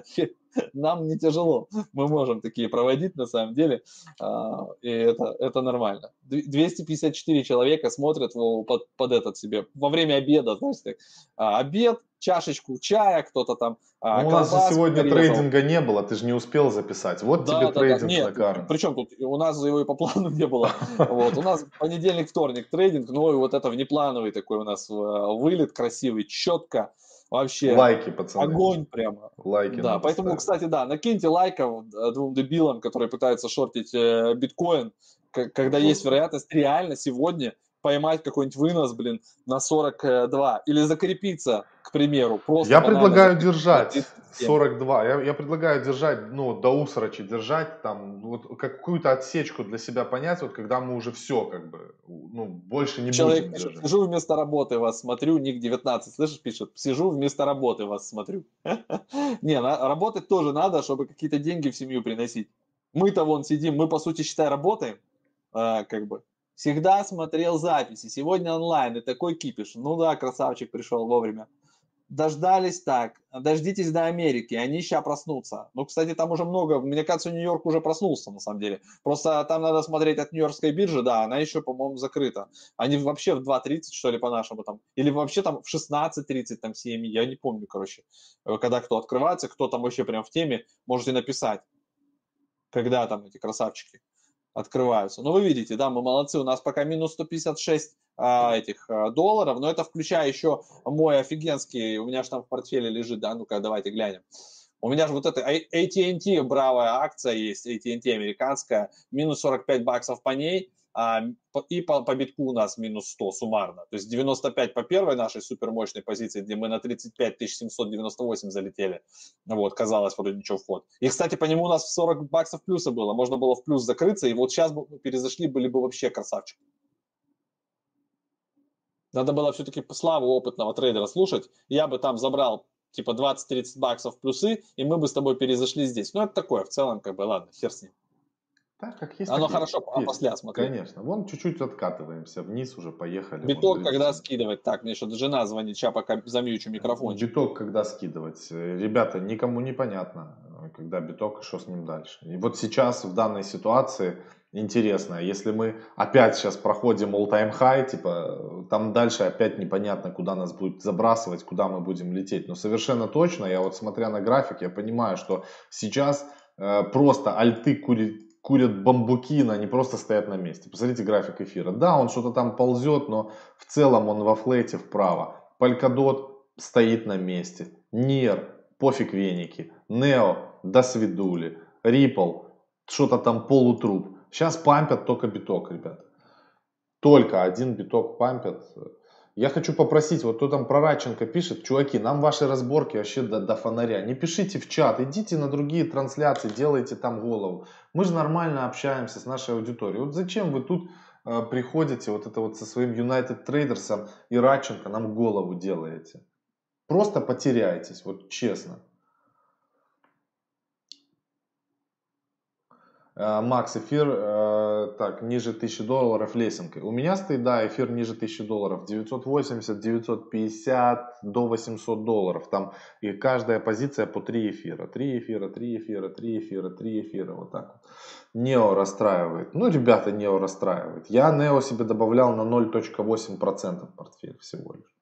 Нам не тяжело, мы можем такие проводить на самом деле, э, и это, это нормально. двести пятьдесят четыре человека смотрят под, под этот себе, во время обеда, знаешь, так, обед, чашечку чая, кто-то там. Ну, у нас же сегодня нарезал. Трейдинга не было, ты же не успел записать. Вот да, тебе да, трейдинг да. Нет, шикарный. Причем тут у нас его и по плану не было. Вот, у нас понедельник, вторник трейдинг, ну и вот это внеплановый такой у нас вылет красивый, четко. Вообще лайки, пацаны. Огонь прямо. Лайки да, поэтому, ставить. Кстати, да, накиньте лайков двум дебилам, которые пытаются шортить э, биткоин, когда Жестко. Есть вероятность реально сегодня поймать какой-нибудь вынос, блин, на сорок два. Или закрепиться, к примеру. Просто я предлагаю держать сорок два. Я, я предлагаю держать, ну, до усрачи держать, там, вот какую-то отсечку для себя понять, вот когда мы уже все, как бы, ну, больше не Человек будем пишет, держать. Сижу вместо работы вас смотрю, ник девятнадцать, слышишь, пишет, сижу вместо работы вас смотрю. Не, работать тоже надо, чтобы какие-то деньги в семью приносить. Мы-то вон сидим, мы, по сути, считай, работаем, как бы. Всегда смотрел записи, сегодня онлайн, и такой кипиш. Ну да, красавчик пришел вовремя. Дождались так, дождитесь до Америки, они сейчас проснутся. Ну, кстати, там уже много, мне кажется, Нью-Йорк уже проснулся, на самом деле. Просто там надо смотреть от Нью-Йоркской биржи, да, она еще, по-моему, закрыта. Они вообще в два тридцать, что ли, по-нашему там, или вообще там в шестнадцать тридцать, там, си эм и, я не помню, короче, когда кто открывается, кто там вообще прям в теме, можете написать, когда там эти красавчики открываются. Ну, вы видите, да, мы молодцы, у нас пока минус сто пятьдесят шесть а, этих а, долларов, но это включая еще мой офигенский, у меня же там в портфеле лежит, да, ну-ка, давайте глянем. У меня же вот эта эй ти энд ти бравая акция есть, эй ти энд ти американская, минус сорок пять баксов по ней, а, и по, по битку у нас минус сто суммарно. То есть девяносто пять по первой нашей супермощной позиции, где мы на тридцать пять тысяч семьсот девяносто восемь залетели. Вот, казалось, вроде ничего вход. И, кстати, по нему у нас сорок баксов плюса было. Можно было в плюс закрыться, и вот сейчас бы перезашли, были бы вообще красавчики. Надо было все-таки Славу, опытного трейдера, слушать. Я бы там забрал типа двадцать-тридцать баксов плюсы, и мы бы с тобой перезашли здесь. Ну, это такое, в целом, как бы, ладно, хер с ним. Так, как есть, Оно так хорошо, есть. а после смотреть. Конечно. Вон чуть-чуть откатываемся вниз, уже поехали. Биток, Вон, когда тридцать семь. скидывать? Так, мне еще жена звонит, сейчас пока замьючу микрофончик. Биток когда скидывать? Э, Ребята, никому не понятно, э, когда биток и что с ним дальше. И вот сейчас в данной ситуации интересно, если мы опять сейчас проходим all-time high, типа э, там дальше опять непонятно, куда нас будет забрасывать, куда мы будем лететь. Но совершенно точно, я вот смотря на график, я понимаю, что сейчас э, просто альты курят, курят бамбукина, они просто стоят на месте. Посмотрите график эфира. Да, он что-то там ползет, но в целом он во флете вправо. Polkadot стоит на месте. Нир, пофиг веники. Нео, до свидули. Ripple, что-то там полутруп. Сейчас пампят только биток, ребят. Только один биток пампят. Я хочу попросить, вот кто там про Радченко пишет, чуваки, нам ваши разборки вообще до, до фонаря. Не пишите в чат, идите на другие трансляции, делайте там голову. Мы же нормально общаемся с нашей аудиторией. Вот зачем вы тут э, приходите вот это вот со своим United Traders и Радченко нам голову делаете? Просто потеряетесь, вот честно. Э, Макс, эфир э, так, ниже тысячи долларов лесенкой. У меня стоит, да, эфир ниже тысячи долларов. девятьсот восемьдесят, девятьсот пятьдесят до восемьсот долларов. Там и каждая позиция по три эфира. три эфира, три эфира, три эфира, три эфира. Вот так вот. Нео расстраивает. Ну, ребята, Нео расстраивает. Я Нео себе добавлял на ноль целых восемь десятых процента в портфель всего лишь.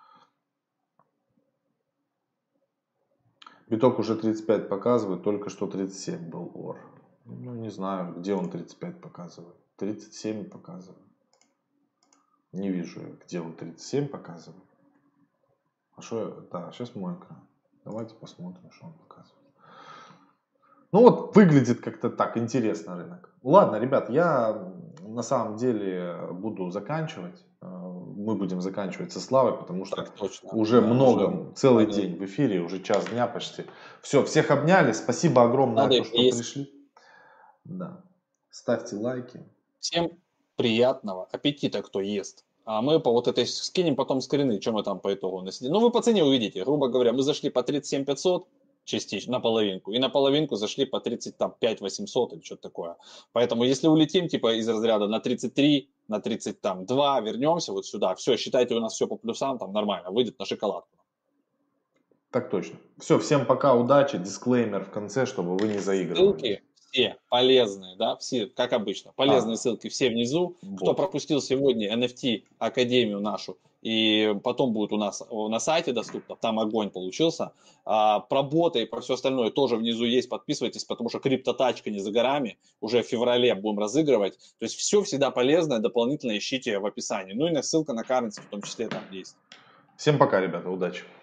Биток уже тридцать пять показывает, только что тридцать семь был ор. Ну, не знаю, где он тридцать пять показывает. тридцать семь показывает. Не вижу я, где он тридцать семь показывает. А что я... Да, сейчас мой экран. Давайте посмотрим, что он показывает. Ну вот, выглядит как-то так интересно рынок. Ладно, ребят, я на самом деле буду заканчивать. Мы будем заканчивать со Славой, потому что Так точно. уже Да, много, уже целый понятно. день в эфире, уже час дня почти. Все, всех обняли. Спасибо огромное, Надо то, и что поесть. пришли. Да. Ставьте лайки. Всем приятного аппетита, кто ест. А мы по вот этой скинем потом скрины, что мы там по итогу насидели. Ну, вы по цене увидите. Грубо говоря, мы зашли по тридцать семь пятьсот частично, на половинку. И на половинку зашли по тридцать пять восемьсот или что-то такое. Поэтому, если улетим, типа, из разряда на тридцать три, на тридцать два, вернемся вот сюда, все, считайте, у нас все по плюсам, там нормально, выйдет на шоколадку. Так точно. Все, всем пока, удачи. Дисклеймер в конце, чтобы вы не заигрывали. Ссылки все полезные, да, все, как обычно, полезные а, ссылки все внизу. Вот. Кто пропустил сегодня эн эф ти Академию нашу, и потом будет у нас на сайте доступно, там огонь получился. А, про боты и про все остальное тоже внизу есть, подписывайтесь, потому что криптотачка не за горами, уже в феврале будем разыгрывать. То есть все всегда полезное, дополнительно ищите в описании. Ну и ссылка на currency в том числе там есть. Всем пока, ребята, удачи.